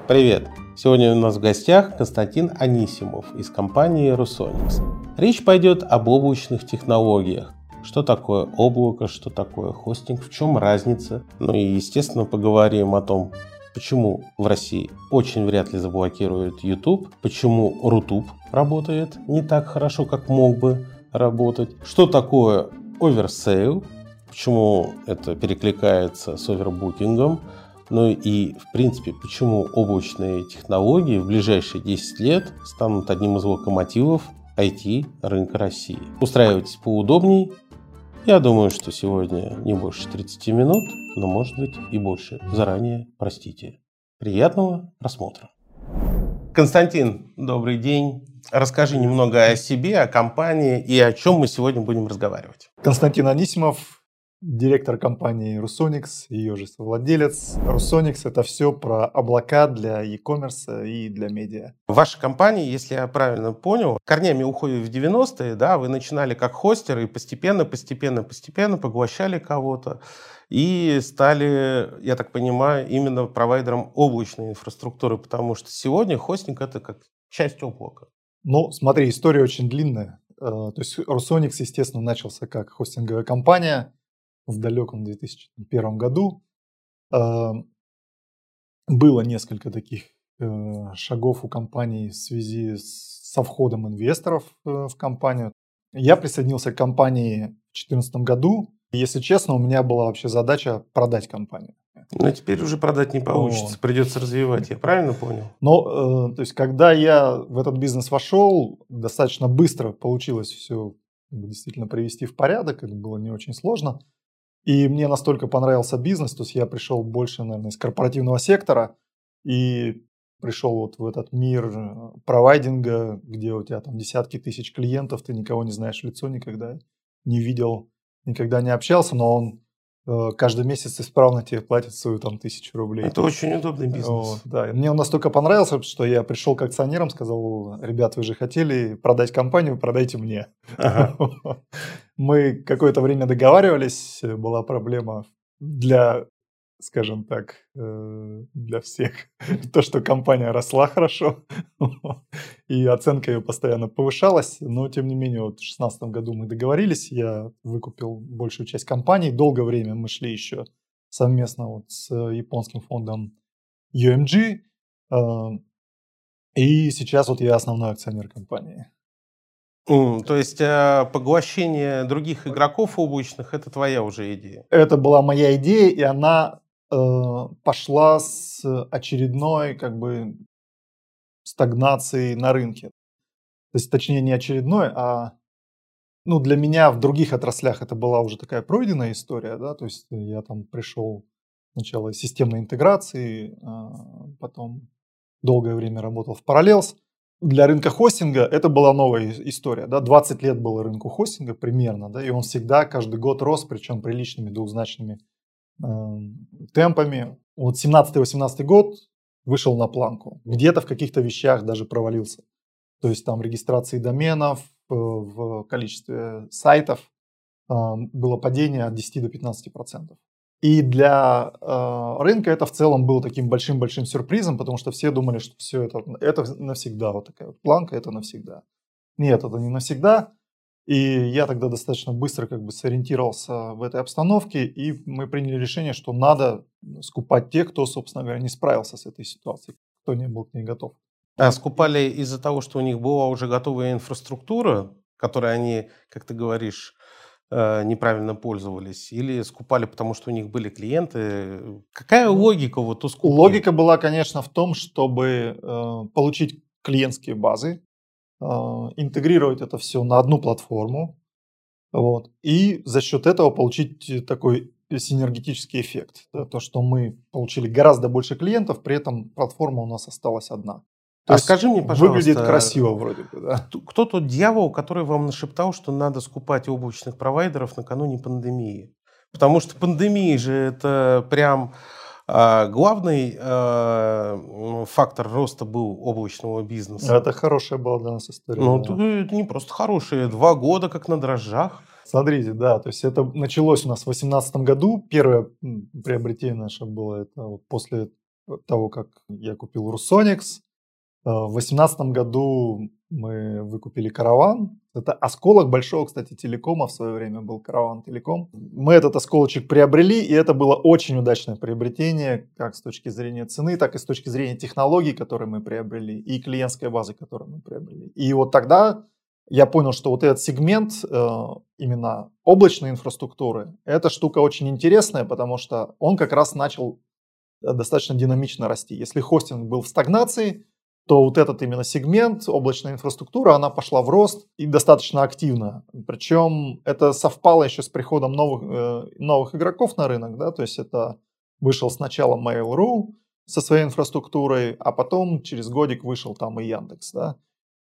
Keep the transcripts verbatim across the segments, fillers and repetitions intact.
Привет! Сегодня у нас в гостях Константин Анисимов из компании Rusonics. Речь пойдет об облачных технологиях. Что такое облако, что такое хостинг, в чем разница. Ну и, естественно, поговорим о том, почему в России очень вряд ли заблокируют YouTube, почему Рутуб работает не так хорошо, как мог бы работать, что такое оверсейл, почему это перекликается с овербукингом, ну и, в принципе, почему облачные технологии в ближайшие десять лет станут одним из локомотивов ай ти рынка России. Устраивайтесь поудобней. Я думаю, что сегодня не больше тридцати минут, но может быть и больше. Заранее простите. Приятного просмотра. Константин, добрый день. Расскажи немного о себе, о компании и о чем мы сегодня будем разговаривать. Константин Анисимов, директор компании Rusonics, ее же совладелец. Rusonics — это все про облака для e-commerce и для медиа. Ваша компания, если я правильно понял, корнями уходит в девяностые, да, вы начинали как хостер и постепенно, постепенно, постепенно поглощали кого-то и стали, я так понимаю, именно провайдером облачной инфраструктуры, потому что сегодня хостинг — это как часть облака. Ну, смотри, история очень длинная. То есть Rusonics, естественно, начался как хостинговая компания в далеком две тысячи первом году. Было несколько таких шагов у компании в связи со входом инвесторов в компанию. Я присоединился к компании в две тысячи четырнадцатом году. Если честно, у меня была вообще задача продать компанию. Но теперь уже продать не получится, О. придется развивать, я правильно понял? Но, то есть, когда я в этот бизнес вошел, достаточно быстро получилось все действительно привести в порядок, это было не очень сложно. И мне настолько понравился бизнес, то есть я пришел больше, наверное, из корпоративного сектора и пришел вот в этот мир провайдинга, где у тебя там десятки тысяч клиентов, ты никого не знаешь в лицо никогда, не видел, никогда не общался, но он э, каждый месяц исправно тебе платит свою там тысячу рублей. Это очень удобный бизнес. Вот, да. И мне он настолько понравился, что я пришел к акционерам, сказал: ребят, вы же хотели продать компанию, продайте мне. Ага. Мы какое-то время договаривались, была проблема для, скажем так, для всех. То, что компания росла хорошо, и оценка ее постоянно повышалась, но тем не менее вот в две тысячи шестнадцатом году мы договорились, я выкупил большую часть компании, долгое время мы шли еще совместно вот с японским фондом ю эм джи, и сейчас вот я основной акционер компании. Mm, то есть э, поглощение других игроков облачных — это твоя уже идея? Это была моя идея, и она э, пошла с очередной как бы стагнацией на рынке. То есть, точнее, не очередной, а ну, для меня в других отраслях это была уже такая пройденная история, да, то есть я там пришел сначала из системной интеграции, а потом долгое время работал в Parallels. Для рынка хостинга это была новая история. Да? двадцать лет было рынку хостинга примерно, да, и он всегда каждый год рос, причем приличными двухзначными э, темпами. Вот семнадцатый-восемнадцатый год вышел на планку. Где-то в каких-то вещах даже провалился. То есть там регистрации доменов, э, в количестве сайтов э, было падение от десяти до пятнадцати процентов. И для э, рынка это в целом было таким большим-большим сюрпризом, потому что все думали, что все это, это навсегда, вот такая вот планка, это навсегда. Нет, это не навсегда. И я тогда достаточно быстро как бы сориентировался в этой обстановке, и мы приняли решение, что надо скупать тех, кто, собственно говоря, не справился с этой ситуацией, кто не был к ней готов. А скупали из-за того, что у них была уже готовая инфраструктура, которой они, как ты говоришь, неправильно пользовались, или скупали, потому что у них были клиенты? Какая логика вот у скупки? Логика была, конечно, в том, чтобы э, получить клиентские базы, э, интегрировать это все на одну платформу, вот, и за счет этого получить такой синергетический эффект. Да, то, что мы получили гораздо больше клиентов, при этом платформа у нас осталась одна. То а есть скажи мне, пожалуйста, выглядит красиво вроде бы, да? Кто, кто тот дьявол, который вам нашептал, что надо скупать облачных провайдеров накануне пандемии? Потому что пандемия же это прям э, главный э, фактор роста был облачного бизнеса. Это хорошая была для нас история. Ну, да. это, это не просто хорошая, два года как на дрожжах. Смотрите, да, то есть это началось у нас в две тысячи восемнадцатом году. Первое приобретение наше было это вот после того, как я купил Rusonics. В две тысячи восемнадцатом году мы выкупили Караван. Это осколок большого, кстати, телекома в свое время был, Караван Телеком. Мы этот осколочек приобрели, и это было очень удачное приобретение, как с точки зрения цены, так и с точки зрения технологий, которые мы приобрели, и клиентской базы, которую мы приобрели. И вот тогда я понял, что вот этот сегмент э, именно облачной инфраструктуры, эта штука очень интересная, потому что он как раз начал достаточно динамично расти. Если хостинг был в стагнации, то вот этот именно сегмент, облачная инфраструктура, она пошла в рост и достаточно активно. Причем это совпало еще с приходом новых, э, новых игроков на рынок, да, то есть это вышел сначала Mail.ru со своей инфраструктурой, а потом через годик вышел там и Яндекс, да.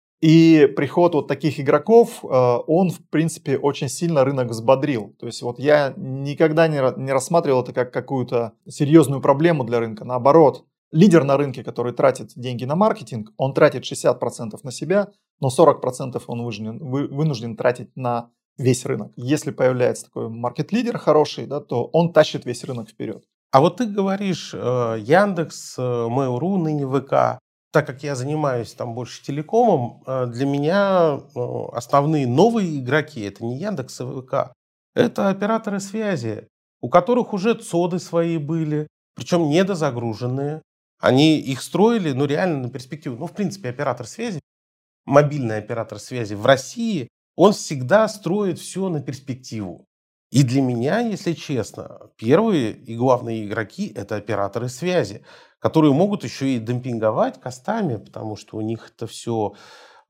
И приход вот таких игроков, э, он, в принципе, очень сильно рынок взбодрил. То есть вот я никогда не, не рассматривал это как какую-то серьезную проблему для рынка, наоборот. Лидер на рынке, который тратит деньги на маркетинг, он тратит шестьдесят процентов на себя, но сорок процентов он вынужден, вынужден тратить на весь рынок. Если появляется такой маркет-лидер хороший, да, то он тащит весь рынок вперед. А вот ты говоришь, Яндекс, Mail.ru, ныне ВК. Так как я занимаюсь там больше телекомом, для меня основные новые игроки — это не Яндекс и ВК. Это операторы связи, у которых уже цоды свои были, причем недозагруженные. Они их строили, ну, реально на перспективу. Ну, в принципе, оператор связи, мобильный оператор связи в России, он всегда строит все на перспективу. И для меня, если честно, первые и главные игроки — это операторы связи, которые могут еще и демпинговать костами, потому что у них это все э,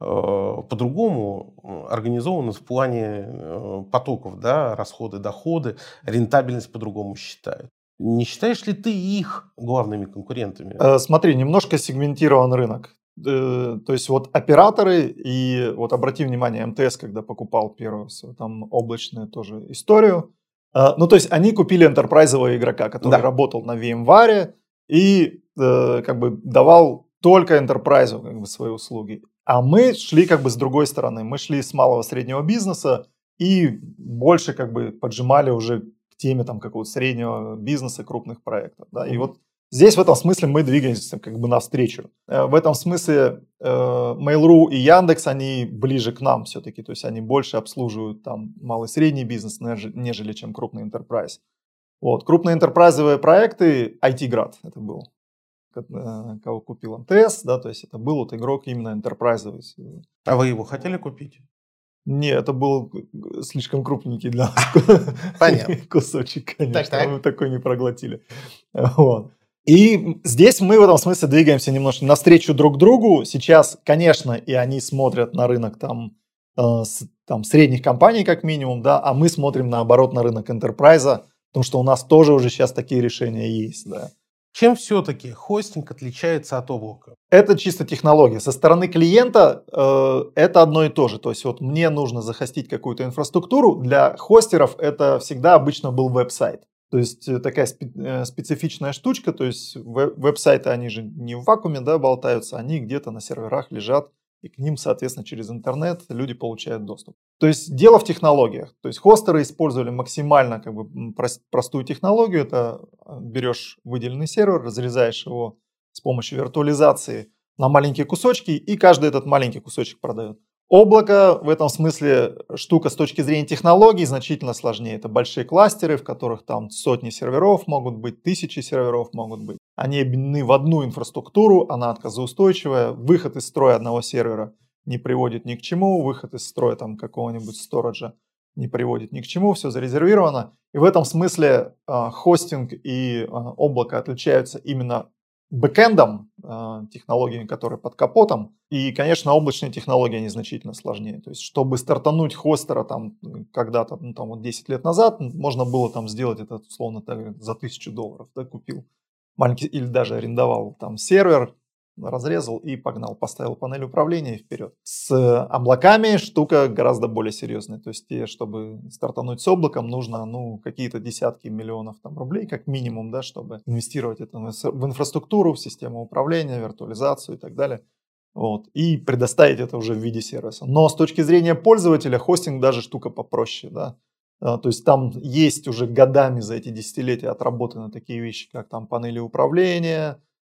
по-другому организовано в плане э, потоков, да, расходы, доходы, рентабельность по-другому считают. Не считаешь ли ты их главными конкурентами? Э, смотри, немножко сегментирован рынок. Э, то есть вот операторы, и вот обрати внимание, МТС, когда покупал первую, там облачную тоже историю, э, ну то есть они купили энтерпрайзового игрока, который Да. работал на VMware и э, как бы давал только энтерпрайзу как бы свои услуги. А мы шли как бы с другой стороны, мы шли с малого среднего бизнеса и больше как бы поджимали уже к теме там какого-то среднего бизнеса, крупных проектов. Да? Mm-hmm. И вот здесь в этом смысле мы двигаемся как бы навстречу. В этом смысле э, Mail.ru и Яндекс, они ближе к нам все-таки, то есть они больше обслуживают там малый и средний бизнес, нежели, нежели чем крупный enterprise. Вот. Крупные энтерпрайзовые проекты, ай ти-град это был, кого купил МТС, да, то есть это был вот игрок именно энтерпрайзовый. А вы его хотели купить? Не, это был слишком крупненький для нас Понятно. Кусочек, конечно, так, так. мы такой не проглотили. Вот. И здесь мы в этом смысле двигаемся немножко навстречу друг другу. Сейчас, конечно, и они смотрят на рынок там, э, с, там средних компаний как минимум, да, а мы смотрим наоборот на рынок энтерпрайза, потому что у нас тоже уже сейчас такие решения есть, да. Чем все-таки хостинг отличается от облака? Это чисто технология. Со стороны клиента э, это одно и то же. То есть вот мне нужно захостить какую-то инфраструктуру. Для хостеров это всегда обычно был веб-сайт. То есть такая спе- специфичная штучка. То есть веб- веб-сайты, они же не в вакууме, да, болтаются, они где-то на серверах лежат. И к ним, соответственно, через интернет люди получают доступ. То есть дело в технологиях. То есть хостеры использовали максимально как бы простую технологию. Это берешь выделенный сервер, разрезаешь его с помощью виртуализации на маленькие кусочки, и каждый этот маленький кусочек продает. Облако в этом смысле штука с точки зрения технологий значительно сложнее. Это большие кластеры, в которых там сотни серверов могут быть, тысячи серверов могут быть. Они объединены в одну инфраструктуру, она отказоустойчивая. Выход из строя одного сервера не приводит ни к чему, выход из строя там какого-нибудь сториджа не приводит ни к чему, все зарезервировано. И в этом смысле э, хостинг и э, облако отличаются именно бэкэндом, э, технологиями, которые под капотом. И, конечно, облачные технологии, они значительно сложнее. То есть, чтобы стартануть хостера там когда-то, ну, там вот десять лет назад, можно было там сделать это, условно, так, за тысячу долларов, да, купил маленький, или даже арендовал там сервер, разрезал и погнал, поставил панель управления и вперед. С облаками штука гораздо более серьезная. То есть, чтобы стартануть с облаком, нужно ну, какие-то десятки миллионов там, рублей, как минимум, да, чтобы инвестировать это в инфраструктуру, в систему управления, виртуализацию и так далее. Вот, и предоставить это уже в виде сервиса. Но с точки зрения пользователя хостинг даже штука попроще. Да? То есть там есть уже годами за эти десятилетия отработаны такие вещи, как там панели управления,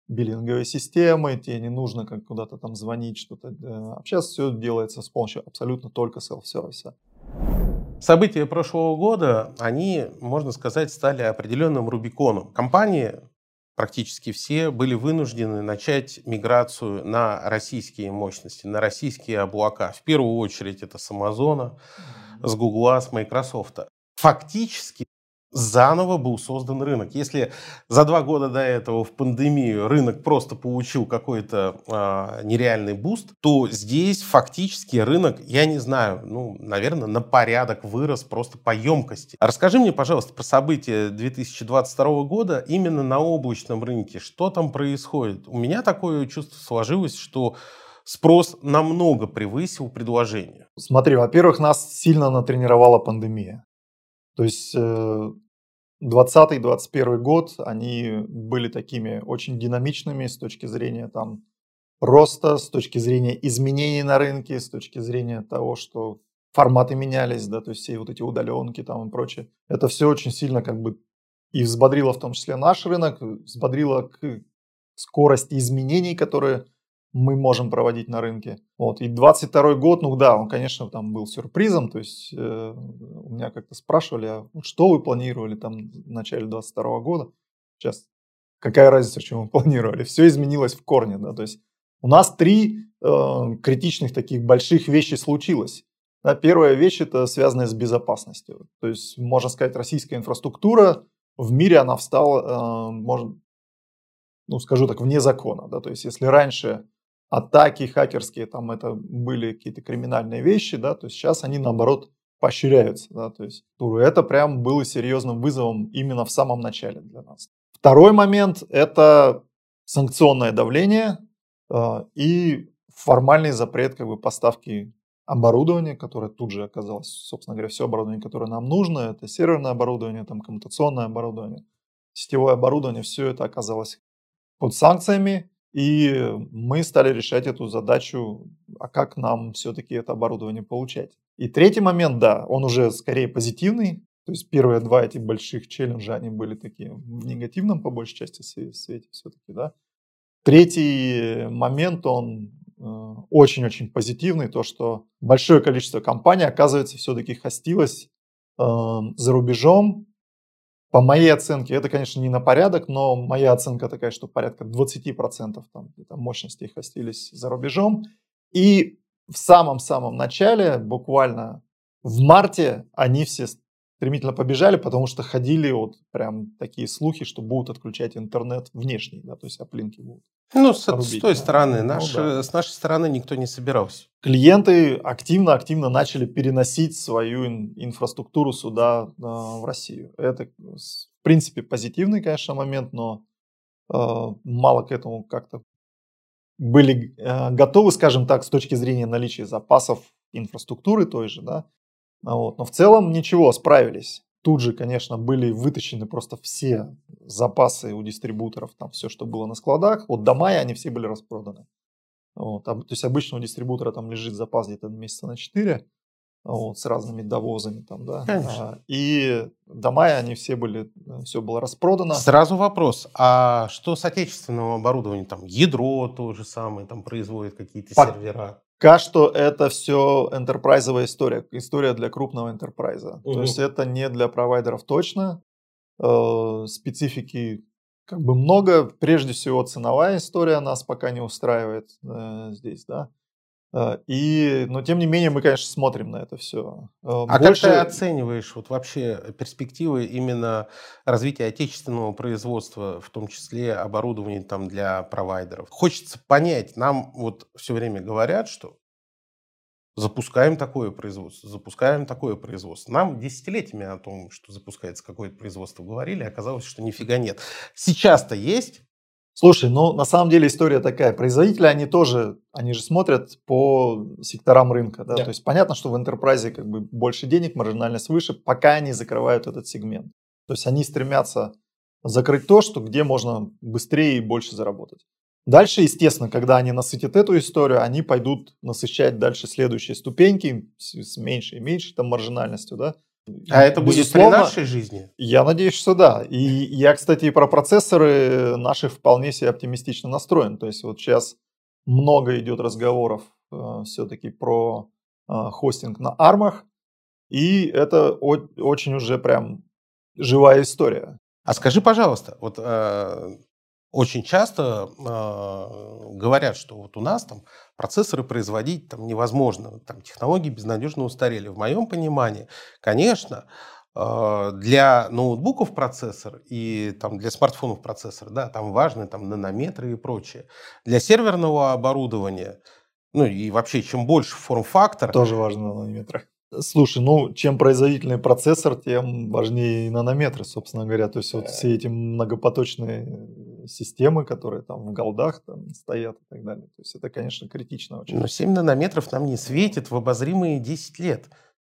биллинговые системы, тебе не нужно как куда-то там звонить, что-то общаться, все делается с помощью абсолютно только селф-сервиса. События прошлого года, они, можно сказать, стали определенным рубиконом. Компании, практически все, были вынуждены начать миграцию на российские мощности, на российские облака. В первую очередь это с Амазона, с Гугла, с Майкрософта. Фактически заново был создан рынок. Если за два года до этого в пандемию рынок просто получил какой-то э, нереальный буст, то здесь фактически рынок, я не знаю, ну, наверное, на порядок вырос просто по емкости. Расскажи мне, пожалуйста, про события две тысячи двадцать второго года именно на облачном рынке. Что там происходит? У меня такое чувство сложилось, что спрос намного превысил предложение. Смотри, во-первых, нас сильно натренировала пандемия. То есть двадцатый двадцать первый год, они были такими очень динамичными с точки зрения там роста, с точки зрения изменений на рынке, с точки зрения того, что форматы менялись, да, то есть все вот эти удаленки там и прочее. Это все очень сильно как бы и взбодрило в том числе наш рынок, взбодрило к скорости изменений, которые мы можем проводить на рынке. Вот. И двадцать второй год, ну да, он, конечно, там был сюрпризом. То есть э, у меня как-то спрашивали, а что вы планировали там в начале двадцать второго года? Сейчас какая разница, что мы планировали? Все изменилось в корне, да. То есть у нас три э, критичных таких больших вещи случилось. Да, первая вещь это связанная с безопасностью. То есть, можно сказать, российская инфраструктура в мире, она встала, э, можно, ну скажу так, вне закона. Да. То есть если раньше атаки хакерские, там это были какие-то криминальные вещи, да, то есть сейчас они наоборот поощряются, да, то есть это прям было серьезным вызовом именно в самом начале для нас. Второй момент это санкционное давление э, и формальный запрет как бы поставки оборудования, которое тут же оказалось, собственно говоря, все оборудование, которое нам нужно, это серверное оборудование, там коммутационное оборудование, сетевое оборудование, все это оказалось под санкциями. И мы стали решать эту задачу, а как нам все-таки это оборудование получать. И третий момент, да, он уже скорее позитивный. То есть первые два этих больших челленджа, они были такие в негативном по большей части свете все-таки, да. Третий момент, он э, очень-очень позитивный, то, что большое количество компаний, оказывается, все-таки хостилось э, за рубежом. По моей оценке, это, конечно, не на порядок, но моя оценка такая, что порядка двадцать процентов там, там, мощностей хостились за рубежом. И в самом-самом начале, буквально в марте, они все стремительно побежали, потому что ходили вот прям такие слухи, что будут отключать интернет внешний, да, то есть аплинки будут. Ну, с, рубить, с той да. стороны, Ну, наш, да. с нашей стороны никто не собирался. Клиенты активно-активно начали переносить свою ин- инфраструктуру сюда, э, в Россию. Это, в принципе, позитивный, конечно, момент, но э, мало к этому как-то были э, готовы, скажем так, с точки зрения наличия запасов инфраструктуры той же, да. Вот. Но в целом ничего, справились. Тут же, конечно, были вытащены просто все запасы у дистрибуторов, там все, что было на складах. Вот до мая они все были распроданы. Вот. То есть обычно у дистрибутора там лежит запас где-то месяца на четыре, вот, с разными довозами там, да. Конечно. А, и до мая они все были, все было распродано. Сразу вопрос, а что с отечественным оборудованием? Там ядро то же самое, там производят какие-то Пока сервера. Пока что это все энтерпрайзовая история, история для крупного энтерпрайза. Угу. То есть это не для провайдеров точно. Э, специфики как бы много. Прежде всего ценовая история нас пока не устраивает э, здесь, да. Э, и, но тем не менее мы, конечно, смотрим на это все. Э, А больше... как ты оцениваешь вот вообще перспективы именно развития отечественного производства, в том числе оборудования там для провайдеров? Хочется понять, нам вот все время говорят, что запускаем такое производство, запускаем такое производство. Нам десятилетиями о том, что запускается какое-то производство, говорили, оказалось, что нифига нет. Сейчас-то есть. Слушай, ну на самом деле история такая. Производители, они тоже, они же смотрят по секторам рынка. Да? Да. То есть понятно, что в энтерпрайзе как бы больше денег, маржинальность выше, пока они закрывают этот сегмент. То есть они стремятся закрыть то, что где можно быстрее и больше заработать. Дальше, естественно, когда они насытят эту историю, они пойдут насыщать дальше следующие ступеньки с, с меньшей и меньшей там маржинальностью, да. А это будет при Безусловно, нашей жизни? я надеюсь, что да. И я, кстати, и про процессоры наши вполне себе оптимистично настроен. То есть вот сейчас много идет разговоров э, все-таки про э, хостинг на армах, и это о- очень уже прям живая история. А скажи, пожалуйста, вот э, очень часто э, говорят, что вот у нас там процессоры производить там невозможно, там технологии безнадежно устарели. В моем понимании, конечно, э, для ноутбуков процессор и там для смартфонов процессор, да, там важны там нанометры и прочее. Для серверного оборудования, ну и вообще, чем больше форм-фактор, Тоже важно нанометры. Слушай, ну, чем производительный процессор, тем важнее и нанометры, собственно говоря. То есть вот все эти многопоточные системы, которые там в голдах там стоят и так далее. То есть это, конечно, критично очень. но семь нанометров нам не светит в обозримые десять лет.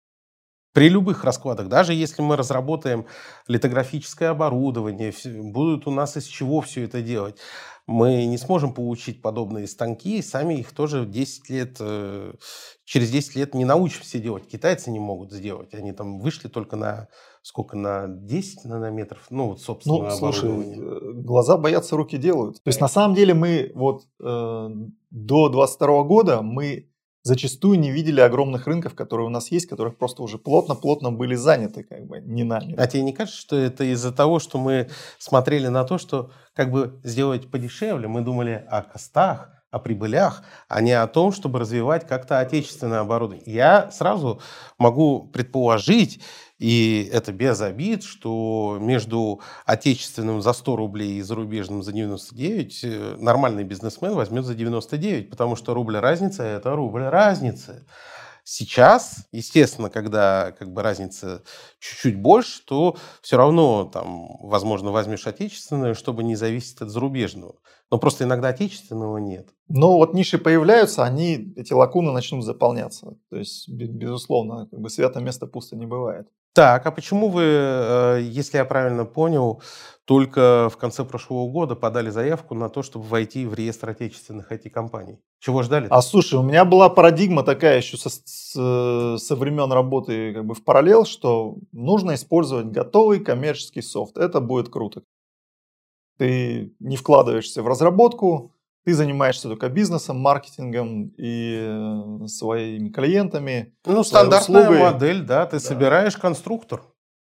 При любых раскладах, даже если мы разработаем литографическое оборудование, всё- будут у нас из чего все это делать, мы не сможем получить подобные станки, и сами их тоже десять лет, э, через десять лет не научимся делать. Китайцы не могут сделать. Они там вышли только на сколько, на десять нанометров, ну вот Ну, собственное слушай, оборудование. э, глаза боятся, руки делают. То есть на самом деле мы вот э, до двадцать второго года мы зачастую не видели огромных рынков, которые у нас есть, которых просто уже плотно-плотно были заняты, как бы, не нами. А тебе не кажется, что это из-за того, что мы смотрели на то, что как бы сделать подешевле, мы думали о костах, о прибылях, а не о том, чтобы развивать как-то отечественное оборудование. Я сразу могу предположить, и это без обид, что между отечественным за сто рублей и зарубежным за девяносто девять э, нормальный бизнесмен возьмет за девяносто девять, потому что рубль разница– это рубль разницы. Сейчас, естественно, когда как бы разница чуть-чуть больше, то все равно там, возможно, возьмешь отечественное, чтобы не зависеть от зарубежного. Но просто иногда отечественного нет. Но вот ниши появляются, они, эти лакуны начнут заполняться. То есть, бе- безусловно, как бы свято место пусто не бывает. Так, а почему вы, э, если я правильно понял, только в конце прошлого года подали заявку на то, чтобы войти в реестр отечественных ай ти-компаний? Чего ждали? А слушай, у меня была парадигма такая еще со, с- со времен работы как бы в параллел, что нужно использовать готовый коммерческий софт. Это будет круто. Ты не вкладываешься в разработку, ты занимаешься только бизнесом, маркетингом и э, своими клиентами, Ну, своей стандартная услугой. модель, да, ты Да. собираешь конструктор.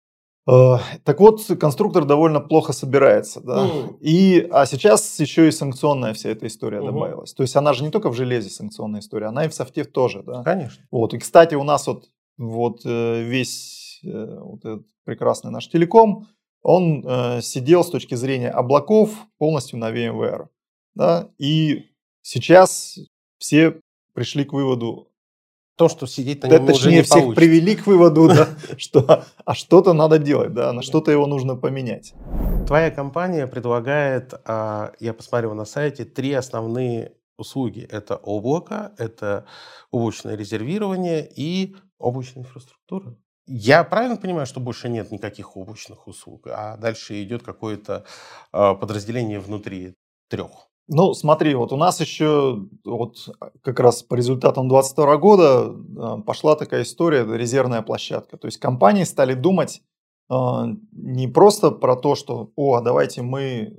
Э, Так вот, конструктор довольно плохо собирается, да. Ну, И, а сейчас еще и санкционная вся эта история мгм. добавилась. То есть она же не только в железе санкционная история, она и в софте тоже, да. Конечно. Вот. И, кстати, у нас вот, вот э, весь э, вот этот прекрасный наш телеком, он э, сидел с точки зрения облаков полностью на VMware, да. И сейчас все пришли к выводу, То, что сидеть на да, нем уже точнее, не всех получится. привели к выводу, да, что а что-то надо делать, да, на что-то его нужно поменять. Твоя компания предлагает, а, я посмотрел на сайте, три основные услуги. Это облако, это облачное резервирование и облачная инфраструктура. Я правильно понимаю, что больше нет никаких облачных услуг, а дальше идет какое-то а, подразделение внутри трех? Ну, смотри, вот у нас еще вот а, как раз по результатам двадцать второго года а, пошла такая история, это резервная площадка. То есть компании стали думать а, не просто про то, что, о, а давайте мы э,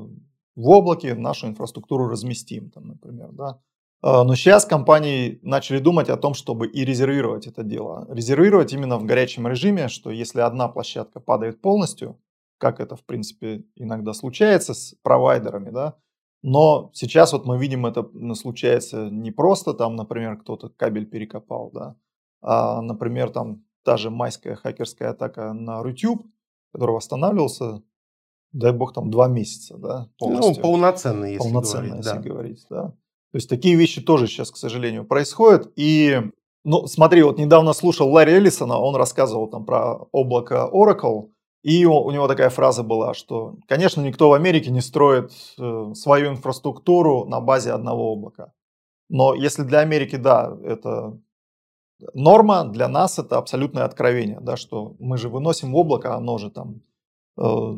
в облаке нашу инфраструктуру разместим, там, например, да. А, Но сейчас компании начали думать о том, чтобы и резервировать это дело. Резервировать именно в горячем режиме, что если одна площадка падает полностью, как это, в принципе, иногда случается с провайдерами, да, но сейчас вот мы видим, это м, случается не просто там, например, кто-то кабель перекопал, да, а, например, там та же майская хакерская атака на Рутюб, который восстанавливался, дай бог, там два месяца, да, Ну, полностью. полноценно, если Полноценно, говорить, если да. говорить, да. То есть такие вещи тоже сейчас, к сожалению, происходят. И, ну, смотри, вот недавно слушал Ларри Эллисона, он рассказывал там про облако Oracle, и у, у него такая фраза была, что, конечно, никто в Америке не строит э, свою инфраструктуру на базе одного облака. Но если для Америки, да, это норма, для нас это абсолютное откровение, да, что мы же выносим в облако, оно же там э,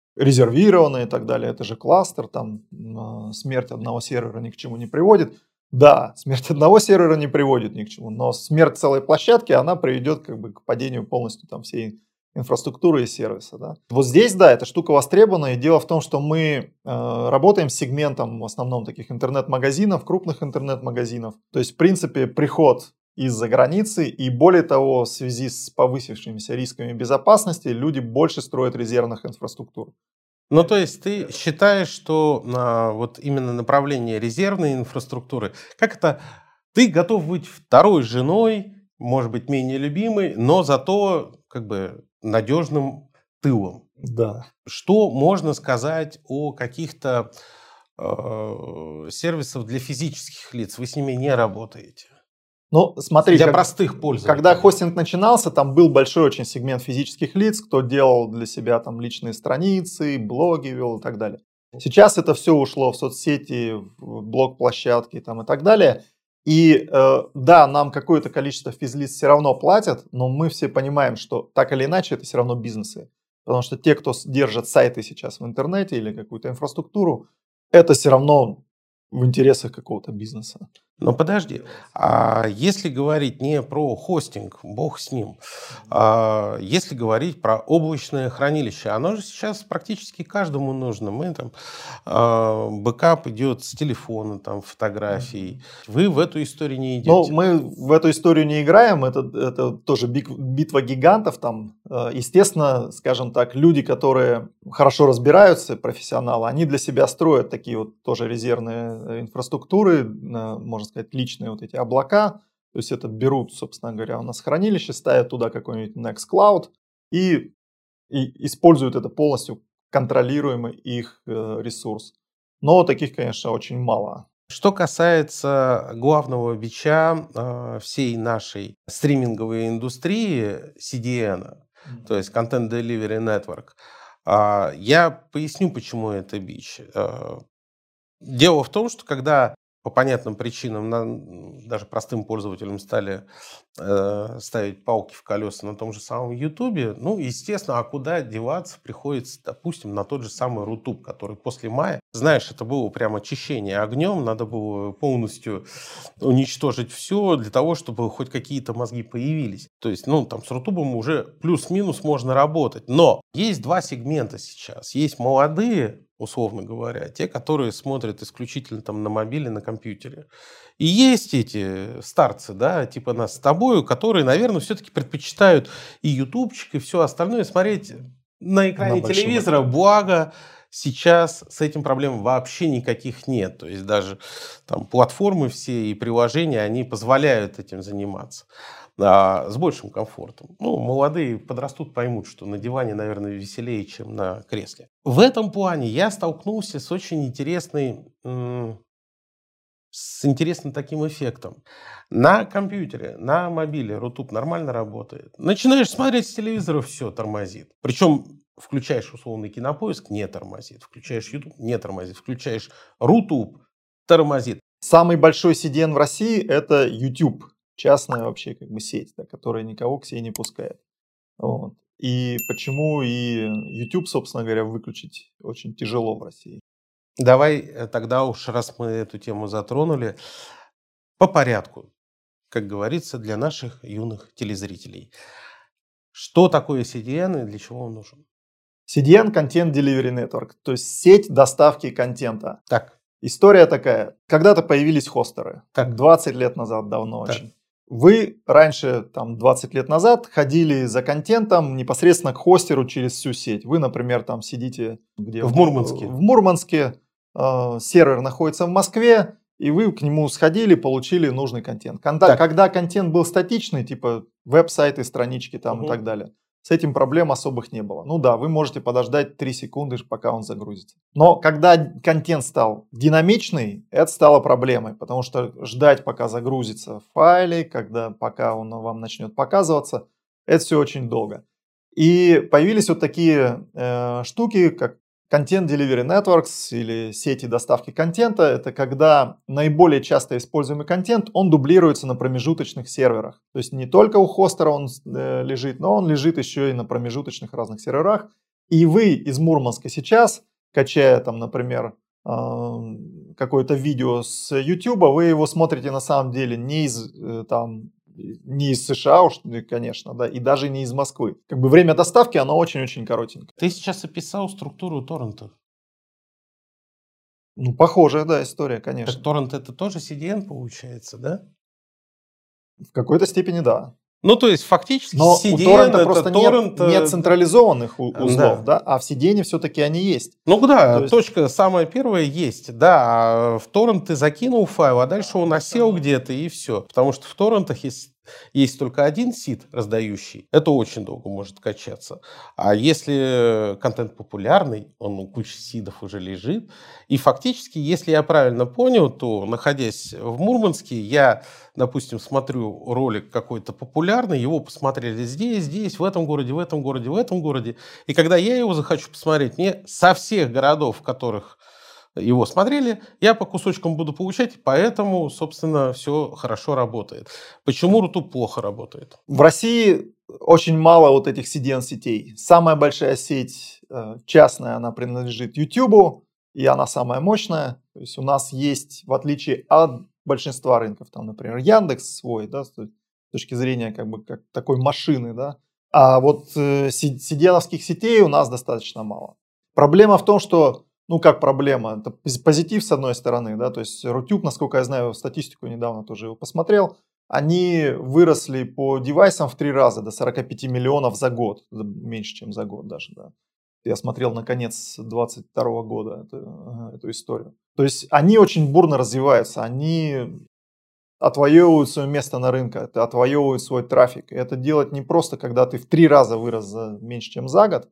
резервировано и так далее. Это же кластер, там э, смерть одного сервера ни к чему не приводит. Да, смерть одного сервера не приводит ни к чему, но смерть целой площадки, она приведет как бы к падению полностью там всей инфраструктуры и сервиса. Да. Вот здесь, да, эта штука востребована, и дело в том, что мы э, работаем с сегментом в основном таких интернет-магазинов, крупных интернет-магазинов. То есть, в принципе, приход из-за границы, и более того, в связи с повысившимися рисками безопасности, люди больше строят резервных инфраструктур. Ну, то есть ты считаешь, что а, вот именно направление резервной инфраструктуры, как это, ты готов быть второй женой, может быть, менее любимой, но зато как бы надежным тылом. Да. Что можно сказать о каких-то э, сервисах для физических лиц? Вы с ними не работаете. Ну, смотри, Для как, простых пользователей. когда хостинг начинался, там был большой очень сегмент физических лиц, кто делал для себя там личные страницы, блоги вел и так далее. Сейчас это все ушло в соцсети, в блог-площадки там и так далее. И э, да, нам какое-то количество физлиц все равно платят, но мы все понимаем, что так или иначе это все равно бизнесы. Потому что те, кто держат сайты сейчас в интернете или какую-то инфраструктуру, это все равно в интересах какого-то бизнеса. Но подожди, а если говорить не про хостинг, бог с ним, а если говорить про облачное хранилище, оно же сейчас практически каждому нужно. Мы там а, бэкап идет с телефона, там фотографий. Вы в эту историю не идете. Ну, мы в эту историю не играем, это, это тоже битва гигантов. Там, естественно, скажем так, люди, которые хорошо разбираются, профессионалы, они для себя строят такие вот тоже резервные инфраструктуры, можно сказать, личные вот эти облака. То есть это берут, собственно говоря, у нас хранилище, ставят туда какой-нибудь Nextcloud и, и используют это полностью контролируемый их ресурс. Но таких, конечно, очень мало. Что касается главного бича э, всей нашей стриминговой индустрии, си ди эн, mm-hmm. то есть Content Delivery Network, э, я поясню, почему это бич. Э, дело в том, что когда по понятным причинам на, даже простым пользователям стали э, ставить палки в колеса на том же самом Ютубе, ну, естественно, а куда деваться приходится, допустим, на тот же самый Рутуб, который после мая, знаешь, это было прямо очищение огнем, надо было полностью уничтожить все для того, чтобы хоть какие-то мозги появились. То есть, ну, там с Рутубом уже плюс-минус можно работать. Но есть два сегмента сейчас. Есть молодые, условно говоря, те, которые смотрят исключительно там на мобиле, на компьютере. И есть эти старцы, да, типа нас с тобою, которые, наверное, все-таки предпочитают и ютубчик, и все остальное смотреть на экране на телевизора. Большом. Благо, сейчас с этим проблем вообще никаких нет. То есть даже там платформы все и приложения, они позволяют этим заниматься. А, с большим комфортом. Ну, молодые подрастут, поймут, что на диване, наверное, веселее, чем на кресле. В этом плане я столкнулся с очень интересной, с интересным таким эффектом. На компьютере, на мобиле Рутуб нормально работает. Начинаешь смотреть с телевизора, все тормозит. Причем включаешь условный Кинопоиск, не тормозит. Включаешь YouTube, не тормозит. Включаешь Рутуб, тормозит. Самый большой си ди эн в России – это YouTube. Частная вообще как бы сеть, да, которая никого к себе не пускает. Вот. И почему и YouTube, собственно говоря, выключить очень тяжело в России. Давай тогда уж, раз мы эту тему затронули, по порядку, как говорится, для наших юных телезрителей. Что такое си ди эн и для чего он нужен? си ди эн – Content Delivery Network, то есть сеть доставки контента. Так. История такая. Когда-то появились хостеры. Так. двадцать лет назад, давно так. очень. Вы раньше, там, двадцать лет назад, ходили за контентом непосредственно к хостеру через всю сеть. Вы, например, там сидите где? В Мурманске. В Мурманске. Э, сервер находится в Москве, и вы к нему сходили, получили нужный контент. Когда, когда контент был статичный, типа веб-сайты, странички там угу. и так далее, с этим проблем особых не было. Ну да, вы можете подождать три секунды, пока он загрузится. Но когда контент стал динамичный, это стало проблемой, потому что ждать, пока загрузится в файле, когда, пока он вам начнет показываться, это все очень долго. И появились вот такие э, штуки, как Content Delivery Networks или сети доставки контента. Это когда наиболее часто используемый контент, он дублируется на промежуточных серверах. То есть не только у хостера он э, лежит, но он лежит еще и на промежуточных разных серверах. И вы из Мурманска сейчас, качая там, например, э, какое-то видео с YouTube, вы его смотрите на самом деле не из, э, там, не из США, уж, конечно, да, и даже не из Москвы. Как бы время доставки, оно очень-очень коротенькое. Ты сейчас описал структуру торрентов. Ну, похожая, да, история, конечно. Так торрент это тоже си ди эн получается, да? В какой-то степени да. Ну, то есть, фактически Но си ди эн у торрента это просто торрент... нет, нет централизованных у- узлов, Да. да, а в си ди эн все-таки они есть. Ну да, То есть- точка самая первая есть, да, а в торрент ты закинул файл, а дальше он осел где-то и все. Потому что в торрентах есть, есть только один сид раздающий, это очень долго может качаться. А если контент популярный, он у кучи сидов уже лежит, и фактически, если я правильно понял, то, находясь в Мурманске, я, допустим, смотрю ролик какой-то популярный, его посмотрели здесь, здесь, в этом городе, в этом городе, в этом городе, и когда я его захочу посмотреть, мне со всех городов, в которых его смотрели, я по кусочкам буду получать, поэтому, собственно, все хорошо работает. Почему Рутуб плохо работает? В России очень мало вот этих си ди эн-сетей. Самая большая сеть э, частная, она принадлежит YouTube, и она самая мощная. То есть у нас есть, в отличие от большинства рынков, там, например, Яндекс свой, да, с точки зрения как бы как такой машины, да, а вот э, си ди эн-овских сетей у нас достаточно мало. Проблема в том, что Ну, как проблема? Это позитив, с одной стороны, да, то есть Рутюб, насколько я знаю, статистику недавно тоже его посмотрел, они выросли по девайсам в три раза, до сорока пяти миллионов за год, меньше, чем за год даже, да. Я смотрел на конец двадцать второго года эту, эту историю. То есть они очень бурно развиваются, они отвоевывают свое место на рынке, отвоевывают свой трафик. И это делать не просто, когда ты в три раза вырос за меньше, чем за год,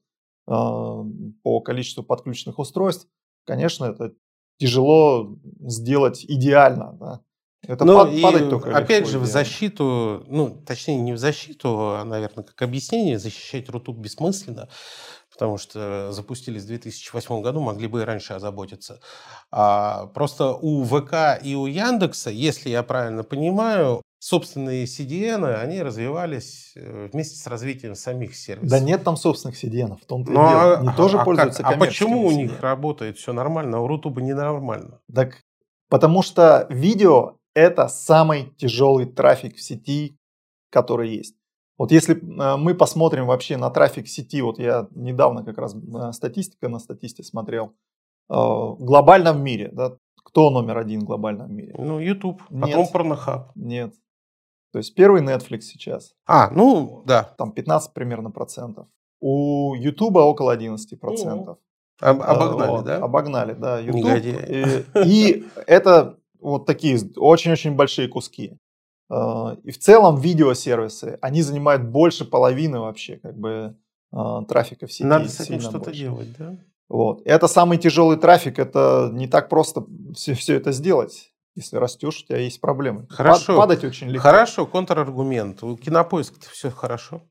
по количеству подключенных устройств, конечно, это тяжело сделать идеально. Да? Это ну, пад, и падать только опять легко, же, в идеально. защиту, ну, точнее, не в защиту, а, наверное, как объяснение, защищать Рутуб бессмысленно, потому что запустились в две тысячи восьмом году, могли бы и раньше озаботиться. А просто у ВК и у Яндекса, если я правильно понимаю, собственные си ди эн, они развивались вместе с развитием самих сервисов. Да нет там собственных си ди эн, в том-то и Ну, дело. а, Они а, тоже а, пользуются как? А коммерческими почему у си ди эн. них работает все нормально, а у Рутуба ненормально? Так, потому что видео – это самый тяжелый трафик в сети, который есть. Вот если мы посмотрим вообще на трафик сети, вот я недавно как раз статистика на статисте смотрел, глобально в мире, да, кто номер один глобально в мире? Ну, YouTube, Нет. потом Pornhub. Нет. То есть первый Netflix сейчас. А, ну, да. Там пятнадцать примерно процентов. У YouTube около одиннадцать процентов. Об- обогнали, Вот, да? Обогнали, да, YouTube. Негодяи. И, и это вот такие очень-очень большие куски. И в целом видеосервисы, они занимают больше половины вообще как бы трафика в сети. Надо с этим сильно что-то больше. делать, да? Вот. Это самый тяжелый трафик, это не так просто все, все это сделать. Если растешь, у тебя есть проблемы. Хорошо. Падать очень легко. Хорошо, контраргумент. У Кинопоиска-то все хорошо.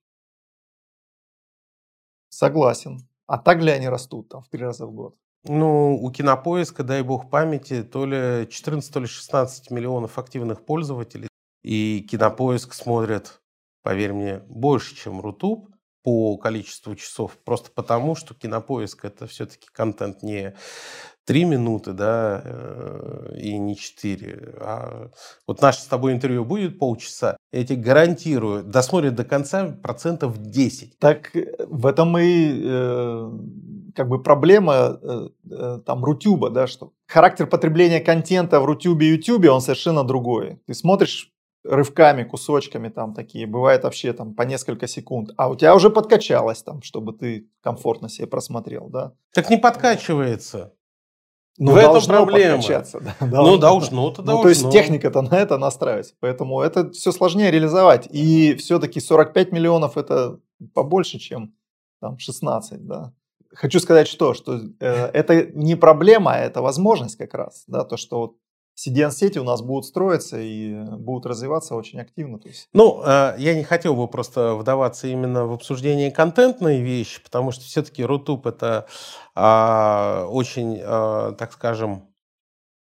Согласен. А так ли они растут там в три раза в год? Ну, у Кинопоиска, дай бог памяти, то ли четырнадцать, то ли шестнадцать миллионов активных пользователей. И Кинопоиск смотрят, поверь мне, больше, чем Рутуб по количеству часов. Просто потому, что Кинопоиск это все-таки контент не три минуты, да, и не четыре. А вот наше с тобой интервью будет полчаса, я тебе гарантирую, досмотрят до конца процентов десять. Так в этом и э, как бы проблема э, э, там Рутюба, да, что характер потребления контента в Рутюбе и Ютубе, он совершенно другой. Ты смотришь рывками, кусочками там такие, бывает вообще там по несколько секунд, а у тебя уже подкачалось там, чтобы ты комфортно себе просмотрел, да. Так не подкачивается. Ну, в этом должно проблема. подкачаться, да, Ну, должно-то ну, должно. то есть техника-то на это настраивается, поэтому это все сложнее реализовать. И все-таки сорок пять миллионов это побольше, чем там шестнадцать, да. Хочу сказать, что, что э, это не проблема, а это возможность как раз, да, то, что вот си ди эн-сети у нас будут строиться и будут развиваться очень активно. То есть. Ну, э, я не хотел бы просто вдаваться именно в обсуждение контентной вещи, потому что все-таки Рутуб это э, очень, э, так скажем,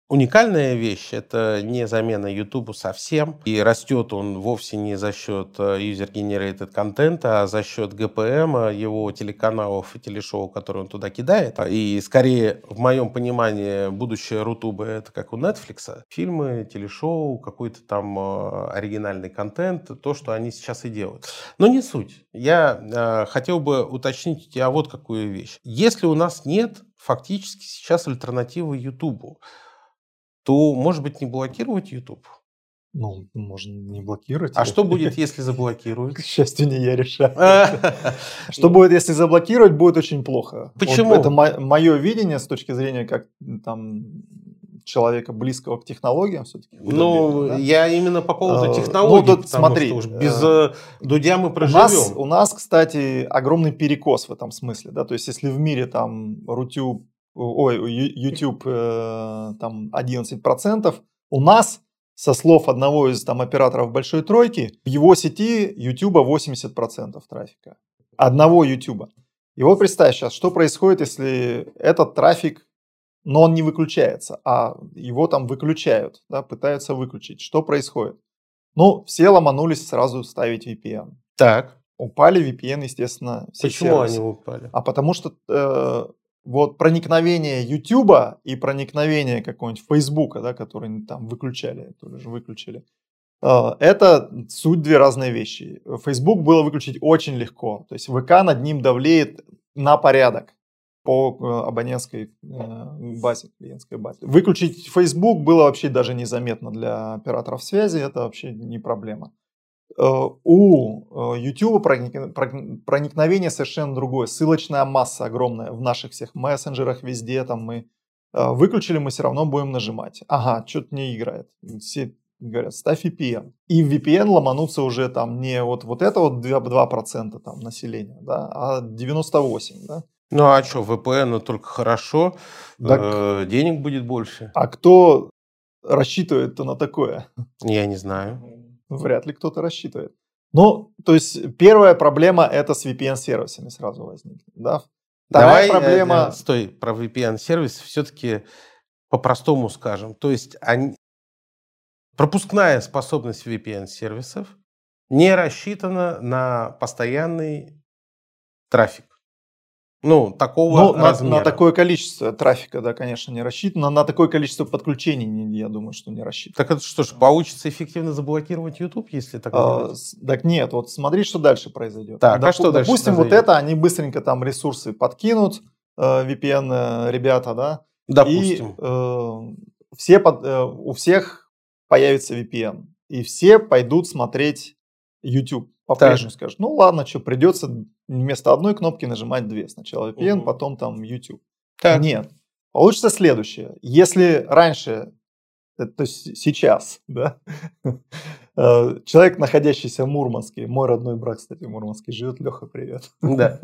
уникальная вещь. Это не замена YouTube совсем. И растет он вовсе не за счет user-generated контента, а за счет джи пи эм, его телеканалов и телешоу, которые он туда кидает. И скорее, в моем понимании, будущее Рутубы — это как у Netflix. Фильмы, телешоу, какой-то там оригинальный контент, то, что они сейчас и делают. Но не суть. Я э, хотел бы уточнить у тебя вот какую вещь. Если у нас нет фактически сейчас альтернативы YouTube, то, может быть, не блокировать YouTube? Ну, можно не блокировать. А что будет, если заблокируют? К счастью, не я решаю. Что будет, если заблокировать, будет очень плохо. Почему? Это мое видение с точки зрения как там человека, близкого к технологиям все-таки. Ну, я именно по поводу технологий, потому смотри, что уж без Дудя мы проживем. У нас, кстати, огромный перекос в этом смысле. Да? То есть, если в мире там Рутюб, ой, YouTube там одиннадцать процентов, у нас, со слов одного из там операторов большой тройки, в его сети YouTube восемьдесят процентов трафика. Одного YouTube. И вот представь сейчас, что происходит, если этот трафик, но он не выключается, а его там выключают, да, пытаются выключить. Что происходит? Ну, все ломанулись сразу ставить ви пи эн. Так. Упали ви пи эн, естественно, все Почему сервисы. они упали? А потому что э, вот проникновение YouTube и проникновение какого-нибудь Facebook, да, который там выключали, тоже же выключили, э, это суть две разные вещи. Facebook было выключить очень легко. То есть ВК над ним давлеет на порядок по абонентской базе, клиентской базе. Выключить Facebook было вообще даже незаметно для операторов связи, это вообще не проблема. У YouTube проникновение совершенно другое, ссылочная масса огромная в наших всех мессенджерах, везде там мы выключили, мы все равно будем нажимать. Ага, что-то не играет. Все говорят, ставь ви пи эн. И в ви пи эн ломануться уже там не вот, вот это вот два процента там населения, да, а девяносто восемь процентов, да. Ну а что, ви пи эн только хорошо, так, э, денег будет больше. А кто рассчитывает-то на такое? Я не знаю. Вряд ли кто-то рассчитывает. Ну, то есть первая проблема это с ви пи эн-сервисами сразу возникнет. Да? Вторая Давай, проблема... Э, стой, про ви пи эн-сервис все-таки по-простому скажем. То есть они... пропускная способность ви пи эн-сервисов не рассчитана на постоянный трафик. Ну, такого ну, размера. На, на такое количество трафика, да, конечно, не рассчитано. На такое количество подключений, я думаю, что не рассчитано. Так это что ж, получится эффективно заблокировать YouTube, если так а, делать? Так нет, вот смотри, что дальше произойдет. Так, Доп, а что дальше Допустим, произойдет? вот это, они быстренько там ресурсы подкинут, э, ви пи эн э, ребята, да. Допустим. И э, все под, э, у всех появится ви пи эн. И все пойдут смотреть YouTube. По-прежнему скажут, ну ладно, что, придется вместо одной кнопки нажимать две. Сначала ви пи эн, угу. потом там YouTube. Так. Нет. Получится следующее. Если раньше, то есть сейчас, да, человек, находящийся в Мурманске, мой родной брат, кстати, в Мурманске живет, Леха, привет. Да.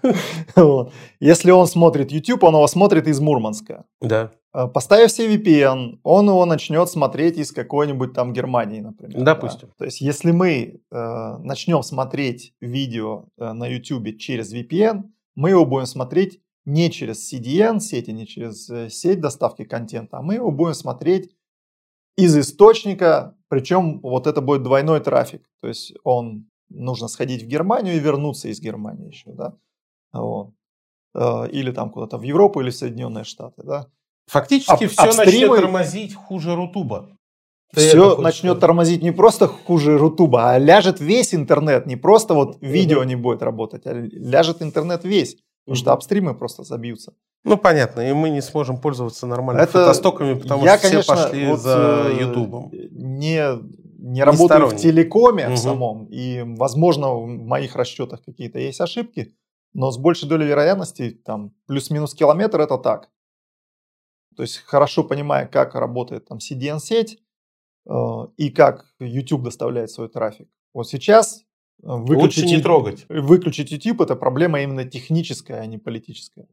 Если он смотрит YouTube, он его смотрит из Мурманска. Да. Поставив себе ви пи эн, он его начнет смотреть из какой-нибудь там Германии, например. Допустим. Да? То есть, если мы э, начнем смотреть видео э, на YouTube через ви пи эн, мы его будем смотреть не через си ди эн сети, не через э, сеть доставки контента, а мы его будем смотреть из источника, причем вот это будет двойной трафик. То есть, он нужно сходить в Германию и вернуться из Германии еще, да. Вот. Э, или там куда-то в Европу, или в Соединенные Штаты, да. Фактически Об, все обстримы... начнет тормозить хуже Рутуба. Все начнет тормозить не просто хуже Рутуба, а ляжет весь интернет. Не просто вот видео mm-hmm. не будет работать, а ляжет интернет весь. Потому mm-hmm. что апстримы просто забьются. Ну, понятно. И мы не сможем пользоваться нормальными Это... фотостоками, потому я, что конечно, все пошли вот, за Ютубом. Не, не работаю в телекоме mm-hmm. в самом. И, возможно, в моих расчетах какие-то есть ошибки. Но с большей долей вероятности, там, плюс-минус километр, это так. То есть, хорошо понимая, как работает там си ди эн-сеть э, и как YouTube доставляет свой трафик. Вот сейчас выключить, лучше не трогать. Выключить YouTube – это проблема именно техническая, а не политическая.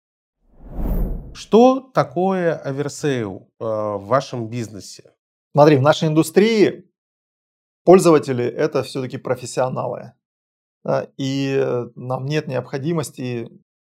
Что такое оверсейл э, в вашем бизнесе? Смотри, в нашей индустрии пользователи – это все-таки профессионалы. Да, и нам нет необходимости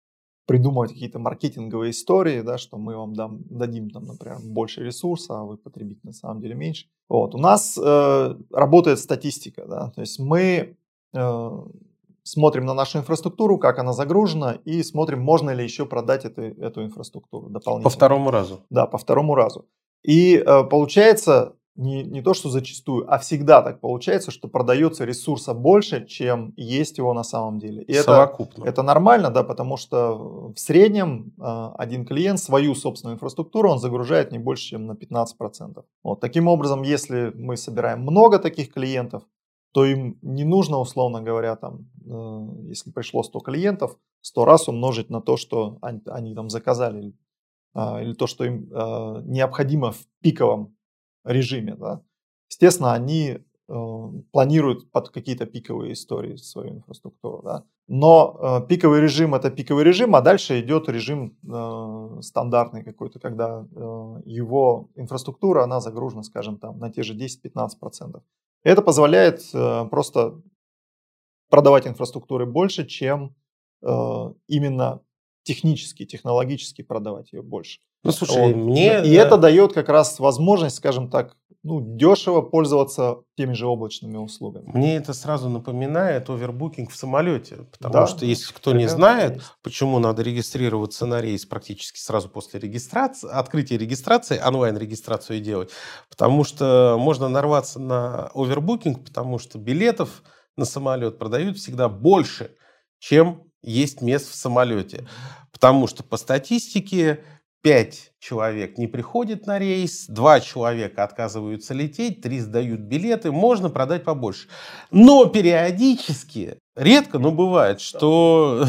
придумывать какие-то маркетинговые истории, да, что мы вам дам, дадим, там, например, больше ресурса, а вы потребите на самом деле меньше. Вот. У нас э, работает статистика, да, то есть мы э, смотрим на нашу инфраструктуру, как она загружена, и смотрим, можно ли еще продать эту, эту инфраструктуру дополнительно. По второму разу. Да, по второму разу. И э, получается не, не то, что зачастую, а всегда так получается, что продается ресурса больше, чем есть его на самом деле. И совокупно. Это, это нормально, да, потому что в среднем э, один клиент свою собственную инфраструктуру он загружает не больше, чем на пятнадцать процентов. Вот, таким образом, если мы собираем много таких клиентов, то им не нужно, условно говоря, там, э, если пришло сто клиентов, сто раз умножить на то, что они, они там заказали, э, или то, что им э, необходимо в пиковом режиме. Да. Естественно, они э, планируют под какие-то пиковые истории свою инфраструктуру. Да. Но э, пиковый режим – это пиковый режим, а дальше идет режим э, стандартный какой-то, когда э, его инфраструктура, она загружена, скажем, там, на те же десять-пятнадцать процентов. Это позволяет э, просто продавать инфраструктуры больше, чем э, именно технически, технологически продавать ее больше. Ну, слушай, вот. мне... И это дает как раз возможность, скажем так, ну, дешево пользоваться теми же облачными услугами. Мне это сразу напоминает овербукинг в самолете, потому да, что, если кто не знает, почему надо регистрироваться на рейс практически сразу после регистрации, открытия регистрации, онлайн-регистрацию делать, потому что можно нарваться на овербукинг, потому что билетов на самолет продают всегда больше, чем есть мест в самолете. Потому что по статистике пять человек не приходят на рейс, два человека отказываются лететь, три сдают билеты, можно продать побольше. Но периодически, редко, но бывает, что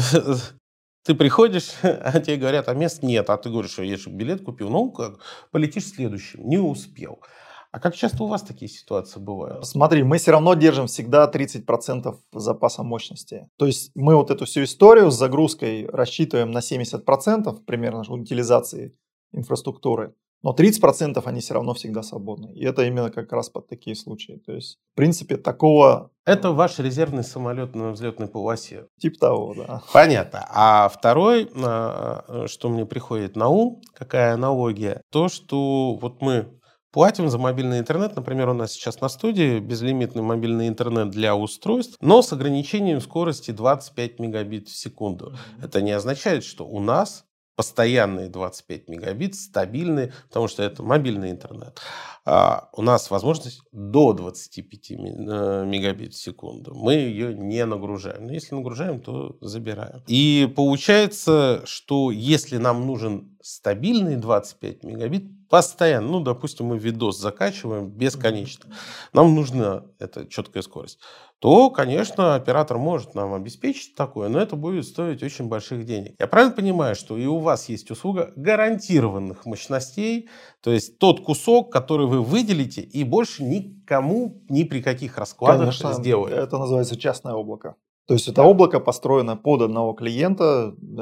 ты приходишь, а тебе говорят, а мест нет, а ты говоришь, что я же билет купил, ну как, полетишь следующим, не успел. А как часто у вас такие ситуации бывают? Смотри, мы все равно держим всегда тридцать процентов запаса мощности. То есть мы вот эту всю историю с загрузкой рассчитываем на семьдесят процентов примерно утилизации инфраструктуры, но тридцать процентов они все равно всегда свободны. И это именно как раз под такие случаи. То есть, в принципе, такого... Это ваш резервный самолет на взлетной полосе. Типа того, да. Понятно. А второй, что мне приходит на ум, какая аналогия, то, что вот мы платим за мобильный интернет. Например, у нас сейчас на студии безлимитный мобильный интернет для устройств, но с ограничением скорости двадцать пять мегабит в секунду. Mm-hmm. Это не означает, что у нас постоянные двадцать пять мегабит, стабильные, потому что это мобильный интернет. А у нас возможность до двадцати пяти мегабит в секунду. Мы ее не нагружаем. Но если нагружаем, то забираем. И получается, что если нам нужен стабильный двадцать пять мегабит, постоянно, ну, допустим, мы видос закачиваем бесконечно, нам нужна эта четкая скорость, то, конечно, оператор может нам обеспечить такое, но это будет стоить очень больших денег. Я правильно понимаю, что и у вас есть услуга гарантированных мощностей, то есть тот кусок, который вы выделите и больше никому ни при каких раскладах Конечно, сделаете? Это называется частное облако. То есть это облако построено под одного клиента э,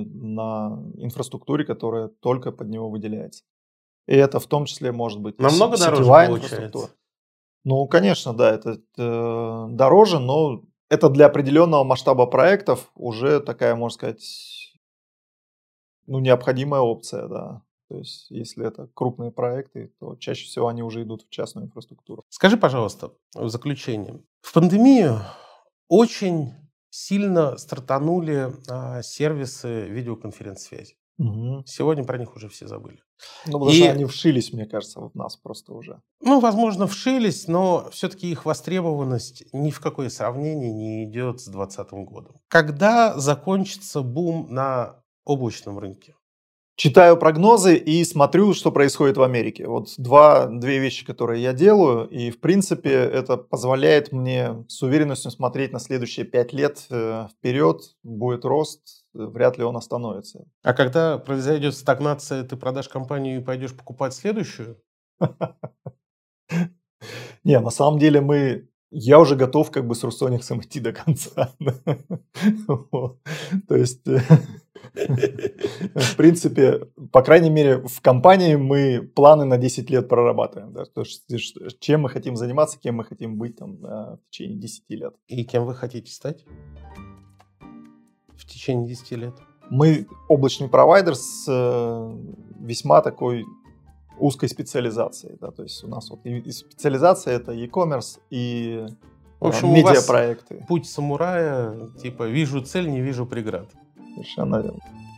на инфраструктуре, которая только под него выделяется. И это в том числе может быть намного дороже получается. Ну, конечно, да, это э, дороже, но это для определенного масштаба проектов уже такая, можно сказать, ну, необходимая опция, да. То есть, если это крупные проекты, то чаще всего они уже идут в частную инфраструктуру. Скажи, пожалуйста, в заключение. В пандемию очень сильно стартанули а, сервисы видеоконференц-связи. Угу. Сегодня про них уже все забыли. Ну, потому И... что они вшились, мне кажется, в нас просто уже. Ну, возможно, вшились, но все-таки их востребованность ни в какое сравнение не идет с двадцатым годом. Когда закончится бум на облачном рынке? Читаю прогнозы и смотрю, что происходит в Америке. Вот два, две вещи, которые я делаю, и в принципе это позволяет мне с уверенностью смотреть на следующие пять лет э, вперед. Будет рост, вряд ли он остановится. А когда произойдет стагнация, ты продашь компанию и пойдешь покупать следующую? Не, на самом деле мы... Я уже готов как бы с Русониксом идти до конца. То есть, в принципе, по крайней мере, в компании мы планы на десять лет прорабатываем. Чем мы хотим заниматься, кем мы хотим быть там в течение десяти лет. И кем вы хотите стать в течение десяти лет? Мы облачный провайдер с э, весьма такой узкой специализацией. Да? То есть у нас вот и, и специализация это e-commerce и В общем, э, медиапроекты. Путь самурая, типа, вижу цель, не вижу преград. Совершенно верно.